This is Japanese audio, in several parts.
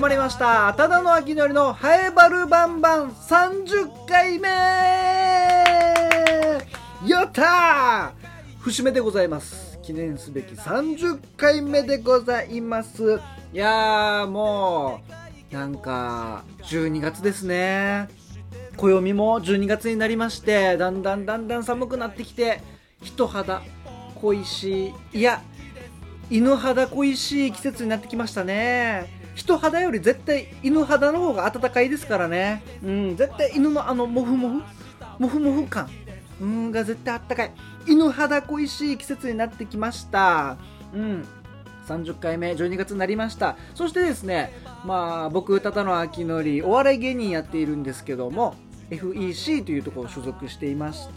まりました。ただの秋のりのハエバルバンバン30回目やったー、節目でございます。記念すべき30回目でございます。いやー、もうなんか12月ですね。暦も12月になりまして、だんだん寒くなってきて、人肌恋しい、いや犬肌恋しい季節になってきましたね。人肌より絶対犬肌の方が暖かいですからね。絶対犬のモフモフ感が絶対あったかい。犬肌恋しい季節になってきました。30回目12月になりました。そしてですね、僕ただの秋のりお笑い芸人やっているんですけども、FEC というところを所属していまして、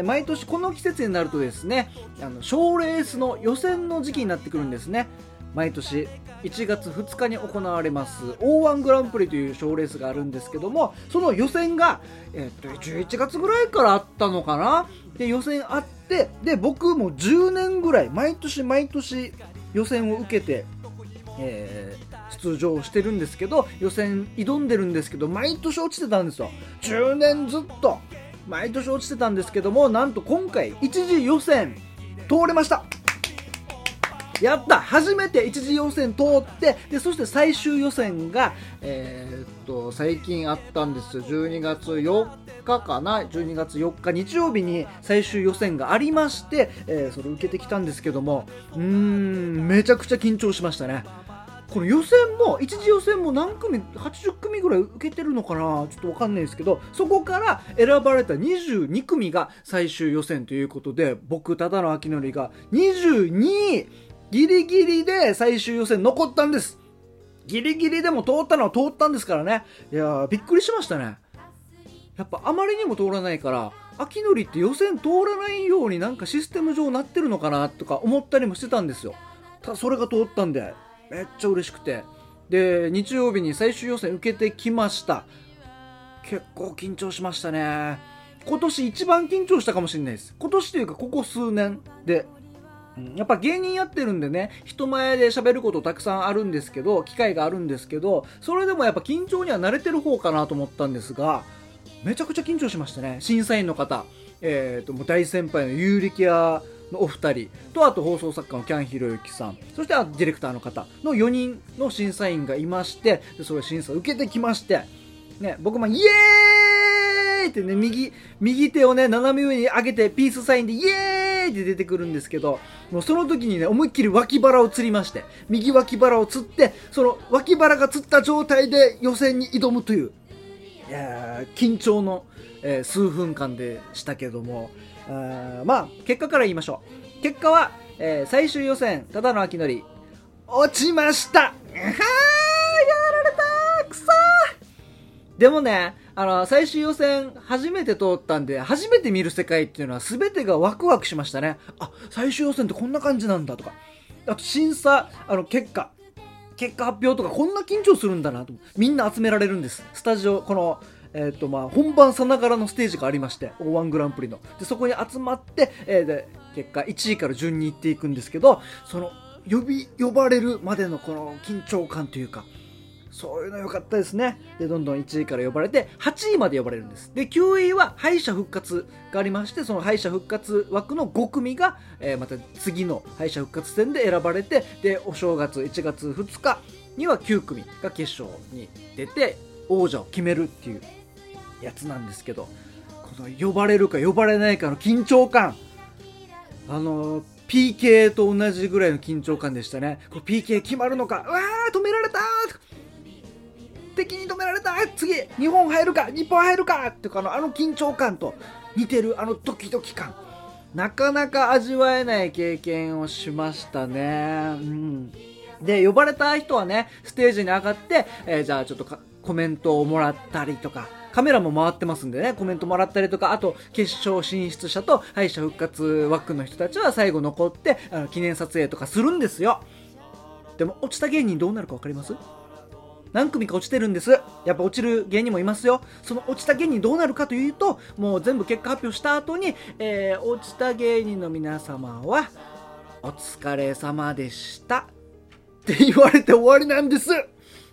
毎年この季節になるとですね、賞レースの予選の時期になってくるんですね。毎年1月2日に行われます O1 グランプリという賞レースがあるんですけども、その予選が、11月ぐらいからあったのかな。で予選あって、で僕も10年ぐらい毎年予選を受けて、出場してるんですけど、予選挑んでるんですけど、毎年落ちてたんですよ。10年ずっと毎年落ちてたんですけども、なんと今回一次予選通れました。やった、初めて一次予選通って、でそして最終予選が最近あったんですよ。12月4日かな、12月4日日曜日に最終予選がありまして、それを受けてきたんですけども、めちゃくちゃ緊張しましたね。この予選も一次予選も何組、80組ぐらい受けてるのかな、ちょっと分かんないですけど、そこから選ばれた22組が最終予選ということで、僕ただの秋のりが22位、ギリギリで最終予選残ったんです。ギリギリでも通ったのは通ったんですからね。いやー、びっくりしましたね。やっぱあまりにも通らないから、秋のりって予選通らないようになんかシステム上なってるのかなとか思ったりもしてたんですよ。ただそれが通ったんでめっちゃ嬉しくて、で日曜日に最終予選受けてきました。結構緊張しましたね。今年一番緊張したかもしれないです。今年というかここ数年で、やっぱ芸人やってるんでね、人前で喋ることたくさんあるんですけど、機会があるんですけど、それでもやっぱ緊張には慣れてる方かなと思ったんですが、めちゃくちゃ緊張しましたね。審査員の方、もう大先輩のユーリキアのお二人と、あと放送作家のキャンひろゆきさん、そしてディレクターの方の4人の審査員がいまして、でそれ審査を受けてきまして、ね、僕もイエーイってね、右手をね斜め上に上げてピースサインでイエーイって出てくるんですけど、もうその時にね思いっきり脇腹をつりまして、右脇腹をつって、その脇腹がつった状態で予選に挑むという、いや緊張の、数分間でしたけども、結果から言いましょう。結果は、最終予選ただの秋のり落ちました。やられた、くそー。でもね、最終予選初めて通ったんで、初めて見る世界っていうのは全てがワクワクしましたね。あ、最終予選ってこんな感じなんだとか、あと審査結果発表とかこんな緊張するんだなと、みんな集められるんです。スタジオ、この本番さながらのステージがありまして、 O1 グランプリので、そこに集まって、で結果1位から順にいっていくんですけど、その呼ばれるまでのこの緊張感というか、そういうの良かったですね。でどんどん1位から呼ばれて8位まで呼ばれるんです。で9位は敗者復活がありまして、その敗者復活枠の5組が、また次の敗者復活戦で選ばれて、でお正月1月2日には9組が決勝に出て王者を決めるっていうやつなんですけど、この呼ばれるか呼ばれないかの緊張感、PK と同じぐらいの緊張感でしたね。これ PK 決まるのか、うわー止められたー、敵に止められた、次日本入るかっていうか、緊張感と似てるドキドキ感、なかなか味わえない経験をしましたね。で呼ばれた人はね、ステージに上がって、じゃあちょっとコメントをもらったりとか、カメラも回ってますんでね、コメントもらったりとか、あと決勝進出者と敗者復活枠の人たちは最後残って記念撮影とかするんですよ。でも落ちた芸人どうなるか分かります？何組か落ちてるんです。やっぱ落ちる芸人もいますよ。その落ちた芸人どうなるかというと、もう全部結果発表した後に、落ちた芸人の皆様はお疲れ様でしたって言われて終わりなんです。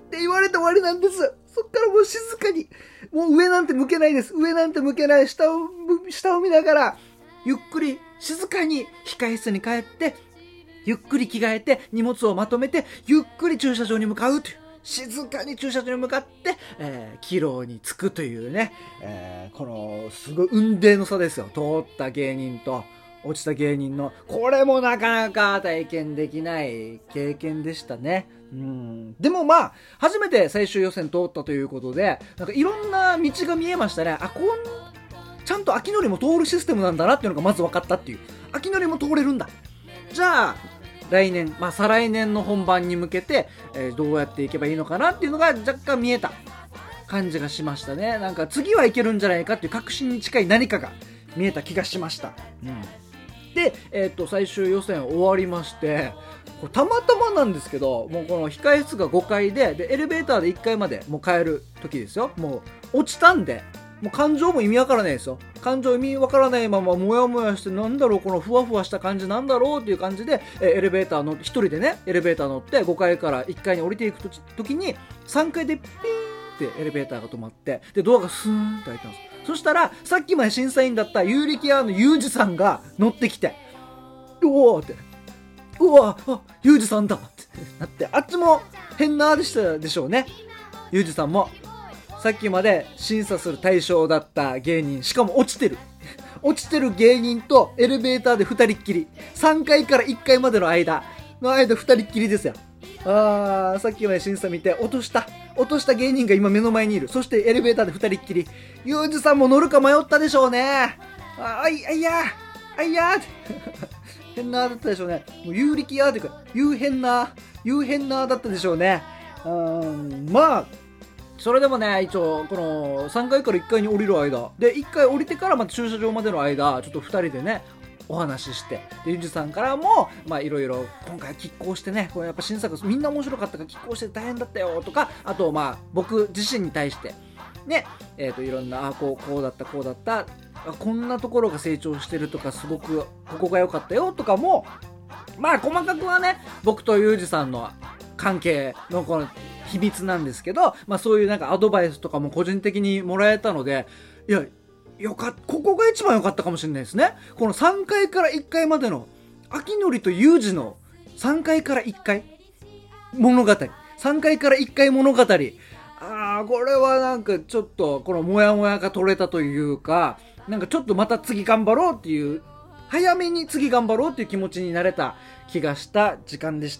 って言われて終わりなんです。そっからもう静かに、もう上なんて向けないです。上なんて向けない。下を見ながら、ゆっくり静かに控室に帰って、ゆっくり着替えて荷物をまとめて、ゆっくり駐車場に向かうという。静かに駐車場に向かって、帰路に着くというね、このすごい雲泥の差ですよ。通った芸人と落ちた芸人の、これもなかなか体験できない経験でしたね。でもまあ初めて最終予選通ったということで、なんかいろんな道が見えましたね。ちゃんと秋のりも通るシステムなんだなっていうのがまず分かったっていう。秋のりも通れるんだ。じゃあ来年、再来年の本番に向けて、どうやっていけばいいのかなっていうのが若干見えた感じがしましたね。なんか次はいけるんじゃないかっていう確信に近い何かが見えた気がしました。で、最終予選終わりまして、これたまたまなんですけど、もうこの控室が5階でエレベーターで1階までもう帰る時ですよ。もう落ちたんで、もう感情も意味わからないですよ。感情意味わからないままもやもやして、なんだろうこのふわふわした感じなんだろうっていう感じで、エレベーターの一人でねエレベーター乗って5階から1階に降りていく時に3階でピーンってエレベーターが止まって、でドアがスーンと開いたんです。そしたらさっきまで審査員だった有力屋のユージさんが乗ってきて、うおーって、うわあユージさんだってなって、あっちも変なでしたでしょうね。ユージさんもさっきまで審査する対象だった芸人、しかも落ちてる芸人とエレベーターで2人っきり、3階から1階までの間2人っきりですよ。さっきまで審査見て落とした芸人が今目の前にいる。そしてエレベーターで2人っきり。ユージさんも乗るか迷ったでしょうね。あいやって変なだったでしょうね。もう有力やっていうか有変なだったでしょうね。まあそれでもね、一応この3階から1階に降りる間で、1階降りてからまた駐車場までの間、ちょっと2人でねお話しして、でゆじさんからもいろいろ今回拮抗してね、これやっぱ審査がみんな面白かったから拮抗して大変だったよとか、あと僕自身に対してね、いろんなこうだったこんなところが成長してるとか、すごくここが良かったよとかも、細かくはね僕とゆうじさんの関係のこの秘密なんですけど、そういうなんかアドバイスとかも個人的にもらえたので、いやここが一番良かったかもしれないですね。この3階から1階までの秋のりとユージの3階から1階物語、3階から1階物語、これはなんかちょっとこのモヤモヤが取れたというか、なんかちょっとまた次頑張ろうっていう、早めに次頑張ろうっていう気持ちになれた気がした時間でした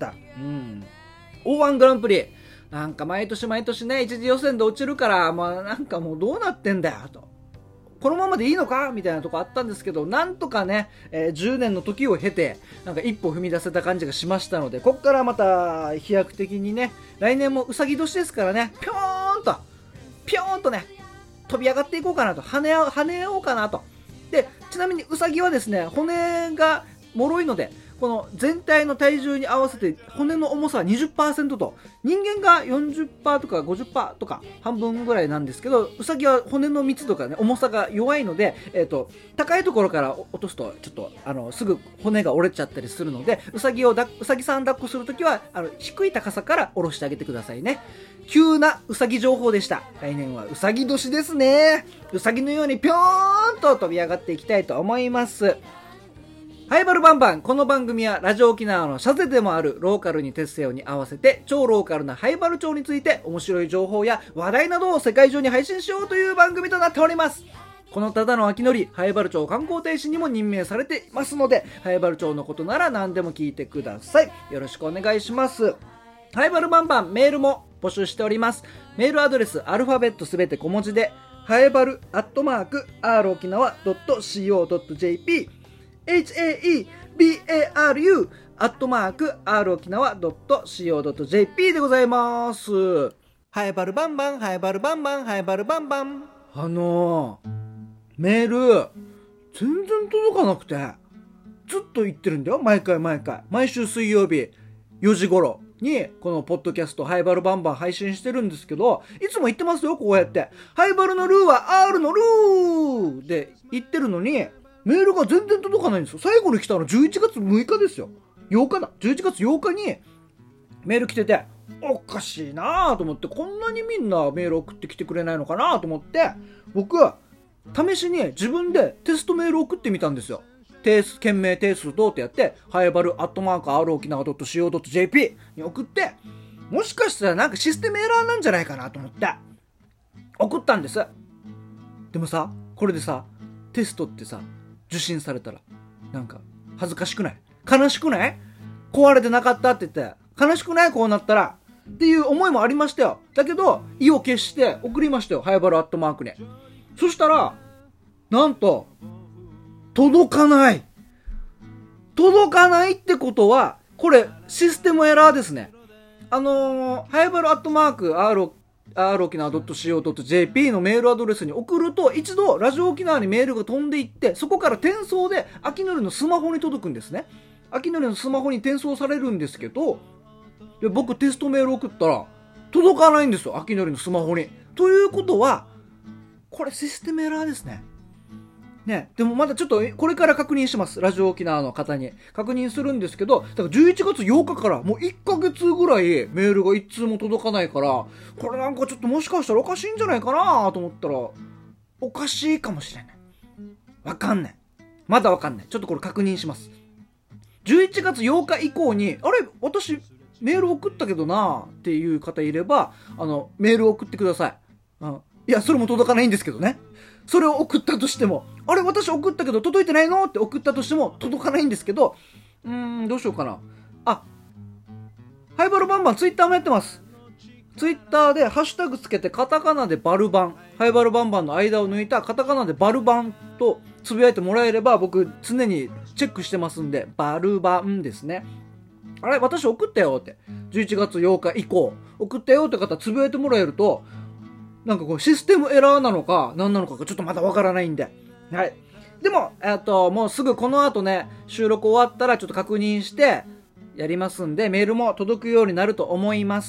。O1 グランプリなんか毎年ね一次予選で落ちるから、なんかもうどうなってんだよと、このままでいいのかみたいなとこあったんですけど、なんとかね、10年の時を経てなんか一歩踏み出せた感じがしましたので、こっからまた飛躍的にね、来年もうさぎ年ですからね、ぴょーんとね飛び上がっていこうかなと、跳ねようかなと。でちなみにうさぎはですね、骨が脆いので、この全体の体重に合わせて骨の重さは 20% と、人間が 40% とか 50% とか半分ぐらいなんですけど、ウサギは骨の密度がね重さが弱いので、高いところから落とすとちょっとすぐ骨が折れちゃったりするので、ウサギさん抱っこするときは低い高さから下ろしてあげてくださいね。急なウサギ情報でした。来年はウサギ年ですね。ウサギのようにぴょーんと飛び上がっていきたいと思います。ハイバルバンバン。この番組はラジオ沖縄のシャゼでもあるローカルに徹せよに合わせて、超ローカルなハイバル町について面白い情報や話題などを世界中に配信しようという番組となっております。このただの秋のり、ハイバル町観光大使にも任命されていますので、ハイバル町のことなら何でも聞いてください。よろしくお願いします。ハイバルバンバンメールも募集しております。メールアドレスアルファベットすべて小文字で、ハイバル@r沖縄 .co.jp HAEBARU @r沖縄 .co.jp でございます。ハイバルバンバン、ハイバルバンバン、ハイバルバンバン。メール全然届かなくて、ずっと言ってるんだよ。毎週水曜日4時頃にこのポッドキャストハイバルバンバン配信してるんですけど、いつも言ってますよ。こうやってハイバルのルーは R のルーで言ってるのに、メールが全然届かないんですよ。最後に来たの11月6日ですよ。8日だ。11月8日にメール来てて、 おかしいなと思って、こんなにみんなメール送ってきてくれないのかなと思って、僕は試しに自分でテストメール送ってみたんですよ。件名定数等ってやって、はやばる@r沖縄 .co.jp に送って、もしかしたらなんかシステムエラーなんじゃないかなと思って送ったんです。でもさ、これでさ、テストってさ、受信されたらなんか恥ずかしくない？悲しくない？壊れてなかったって言って悲しくない？こうなったらっていう思いもありましたよ。だけど意を決して送りましたよ、はやばる@に。そしたらなんと届かないってことは、これシステムエラーですね。はやばる@r沖縄 .co.jp のメールアドレスに送ると、一度ラジオ沖縄にメールが飛んでいって、そこから転送で秋のりのスマホに届くんですね。秋のりのスマホに転送されるんですけど、僕テストメール送ったら届かないんですよ、秋のりのスマホに。ということはこれシステムエラーですね。でもまだちょっとこれから確認します。ラジオ沖縄の方に確認するんですけど、だから11月8日からもう1ヶ月ぐらいメールが一通も届かないから、これなんかちょっともしかしたらおかしいんじゃないかなと思ったら、おかしいかもしれない。わかんない。まだわかんない。ちょっとこれ確認します。11月8日以降に、あれ私メール送ったけどなっていう方いれば、メールを送ってください。いや、それも届かないんですけどね。それを送ったとしても、あれ私送ったけど届いてないのって送ったとしても届かないんですけど、どうしようかな。はやばるバンバンツイッターもやってます。ツイッターでハッシュタグつけてカタカナでバルバン、はやばるバンバンの間を抜いたカタカナでバルバンとつぶやいてもらえれば、僕常にチェックしてますんで、バルバンですね。あれ私送ったよって、11月8日以降送ったよって方つぶやいてもらえると、なんかこうシステムエラーなのか何なのかがちょっとまだわからないんで、はい。でももうすぐこの後ね、収録終わったらちょっと確認してやりますんで、メールも届くようになると思います。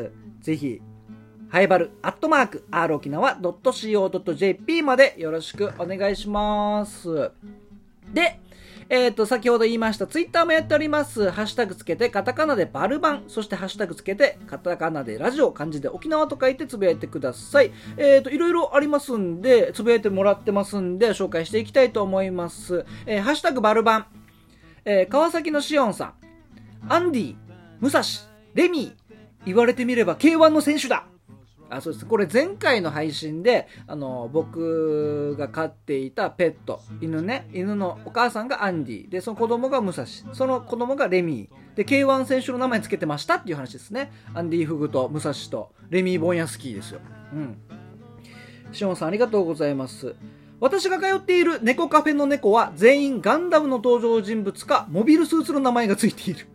ぜひはやばる@r沖縄 .co.jp までよろしくお願いします。で、先ほど言いましたツイッターもやっております。ハッシュタグつけてカタカナでバルバン、そしてハッシュタグつけてカタカナでラジオ、漢字で沖縄と書いてつぶやいてください。いろいろありますんで、つぶやいてもらってますんで紹介していきたいと思います。ハッシュタグバルバン、川崎のしおんさん、アンディ、武蔵、レミー、言われてみれば K1 の選手だ。そうです。これ前回の配信で、僕が飼っていたペット、犬ね、犬のお母さんがアンディで、その子供が武蔵、その子供がレミーで、K1 選手の名前つけてましたっていう話ですね。アンディフグと武蔵とレミー・ボンヤスキーですよ。シオンさんありがとうございます。私が通っている猫カフェの猫は全員ガンダムの登場人物かモビルスーツの名前がついている。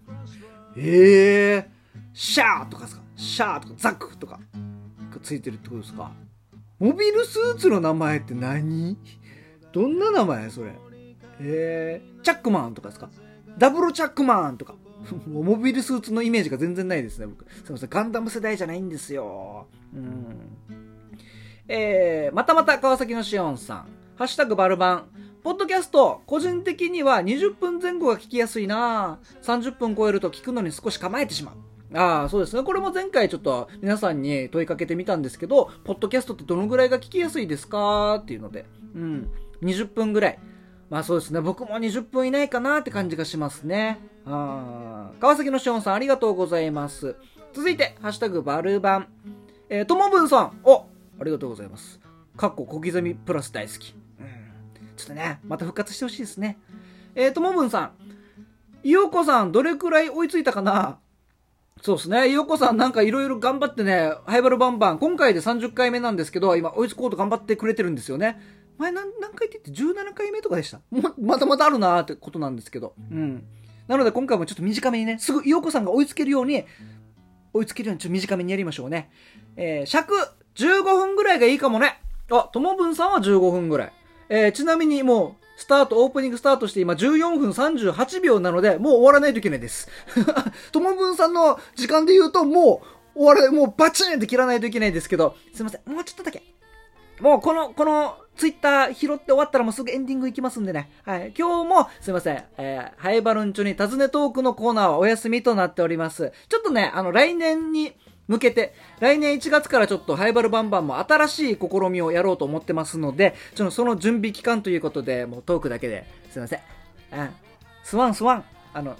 シャーとかですか、シャーとかザックとかついてるってことですか。モビルスーツの名前って何？どんな名前それ。チャックマンとかですか、ダブルチャックマンとかモビルスーツのイメージが全然ないですね、僕。すいません、ガンダム世代じゃないんですよ。またまた川崎のしおんさん、ハッシュタグバルバン、ポッドキャスト個人的には20分前後が聞きやすいな。30分超えると聞くのに少し構えてしまう。そうですね。これも前回ちょっと皆さんに問いかけてみたんですけど、ポッドキャストってどのぐらいが聞きやすいですかっていうので、20分ぐらい。そうですね。僕も20分以内かなって感じがしますね。川崎のしおんさんありがとうございます。続いて、ハッシュタグバルバン。ともぶんさん。ありがとうございます。小刻みプラス大好き。ちょっとね、また復活してほしいですね。ともぶんさん。いよこさん、どれくらい追いついたかな？そうですね。いよこさんなんかいろいろ頑張ってね、ハイバルバンバン、今回で30回目なんですけど、今追いつこうと頑張ってくれてるんですよね。前何回って言って17回目とかでした。まだあるなーってことなんですけど。なので今回もちょっと短めにね、すぐいよこさんが追いつけるように、ちょっと短めにやりましょうね。尺15分ぐらいがいいかもね。ともぶんさんは15分ぐらい。ちなみにもう、オープニングスタートして今14分38秒なので、もう終わらないといけないです。ともぶんさんの時間で言うと、もうバチンって切らないといけないですけど、すいません、もうちょっとだけ。もうこのツイッター拾って終わったらもうすぐエンディングいきますんでね。はい。今日もすいません。ハイバルンチョに尋ねトークのコーナーはお休みとなっております。ちょっとね、来年に向けて、来年1月からちょっとハイバルバンバンも新しい試みをやろうと思ってますので、その準備期間ということで、もうトークだけですいません。スワン。スワン。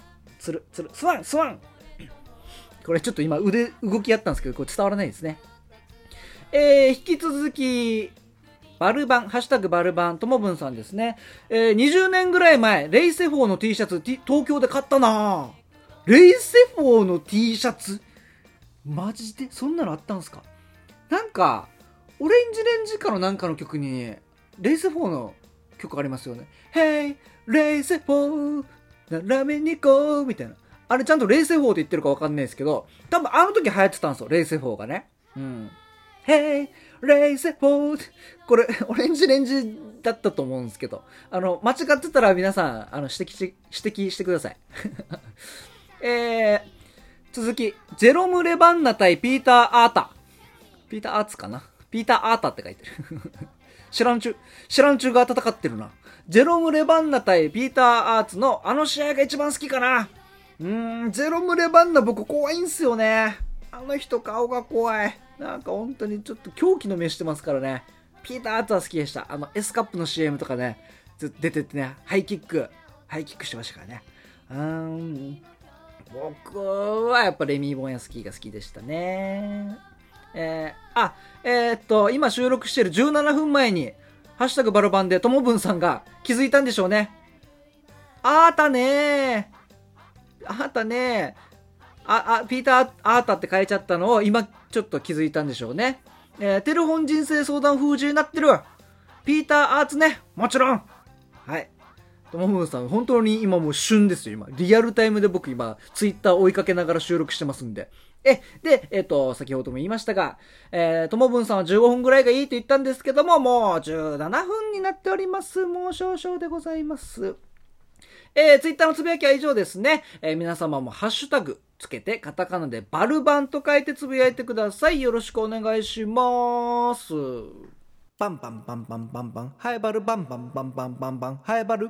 これちょっと今腕動きやったんですけど、これ伝わらないですね。引き続き、バルバン、ハッシュタグバルバン、ともぶんさんですね。20年ぐらい前、レイセフォーの T シャツ、東京で買ったなぁ。レイセフォーの T シャツマジでそんなのあったんすか？なんか、オレンジレンジかのなんかの曲に、レイセフォーの曲ありますよね。Hey! レイセフォーラメに行こうみたいな。あれちゃんとレイセフォーって言ってるかわかんないですけど、多分あの時流行ってたんですよ、レイセフォーがね。Hey! レイセフォーこれ、オレンジレンジだったと思うんですけど、間違ってたら皆さん、指摘してください。続き、ジェロム・レバンナ対ピーター・アータ。ピーター・アーツかな？ピーター・アータって書いてる。知らんちゅうが戦ってるな。ジェロム・レバンナ対ピーター・アーツのあの試合が一番好きかな。ジェロム・レバンナ僕怖いんすよね。あの人顔が怖い。なんか本当にちょっと狂気の目してますからね。ピーター・アーツは好きでした。S カップの CM とかね、出てってね、ハイキックしてましたからね。僕はやっぱレミー・ボンヤスキーが好きでしたね。今収録してる17分前に、ハッシュタグバルバンでともぶんさんが気づいたんでしょうね。ピーター・アータって変えちゃったのを今ちょっと気づいたんでしょうね。テレフォン人生相談封じになってる。ピーター・アーツね。もちろん。はい。ともぶんさん、本当に今もう旬ですよ、今。リアルタイムで僕今、ツイッター追いかけながら収録してますんで。先ほども言いましたが、ともぶんさんは15分ぐらいがいいと言ったんですけども、もう17分になっております。もう少々でございます。ツイッターのつぶやきは以上ですね。皆様もハッシュタグつけてカタカナでバルバンと書いてつぶやいてください。よろしくお願いします。バンバンバンバンバンバン、ハイバルバンバンバンバンバンバン、ハイバル。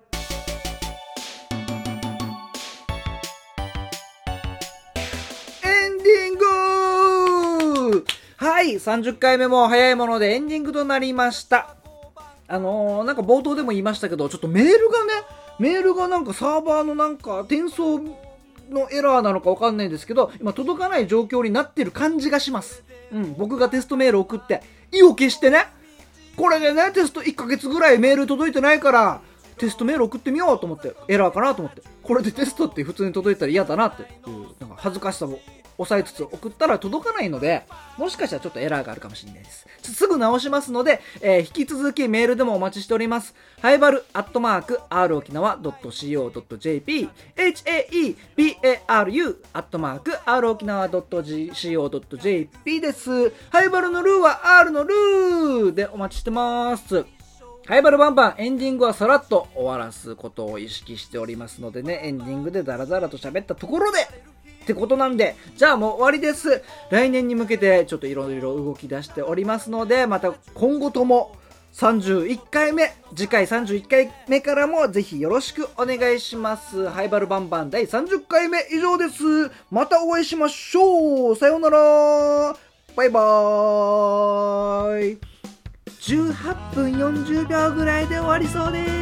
エンディング！はい、30回目も早いものでエンディングとなりました。なんか冒頭でも言いましたけど、ちょっとメールがなんかサーバーのなんか転送のエラーなのかわかんないんですけど、今届かない状況になってる感じがします。僕がテストメール送って意を消してね、これでねテスト1ヶ月ぐらいメール届いてないからテストメール送ってみようと思って、エラーかなと思って、これでテストって普通に届いたら嫌だなっていうなんか恥ずかしさを抑えつつ送ったら届かないので、もしかしたらちょっとエラーがあるかもしれないです。すぐ直しますので、引き続きメールでもお待ちしております。ハイバル@r 沖縄 .co.jp HAEBARU @r 沖縄 .co.jp です。ハイバルのルーは R のルーでお待ちしてます。ハイバルバンバンエンディングはさらっと終わらすことを意識しておりますのでね、エンディングでダラダラと喋ったところでってことなんで、じゃあもう終わりです。来年に向けてちょっといろいろ動き出しておりますので、また今後とも31回目、次回31回目からもぜひよろしくお願いします。ハイバルバンバン第30回目以上です。またお会いしましょう。さようなら。バイバーイ。18分40秒ぐらいで終わりそうです。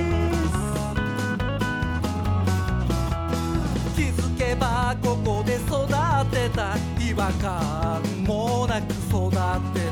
気づけばここで育ってた、違和感もなく育って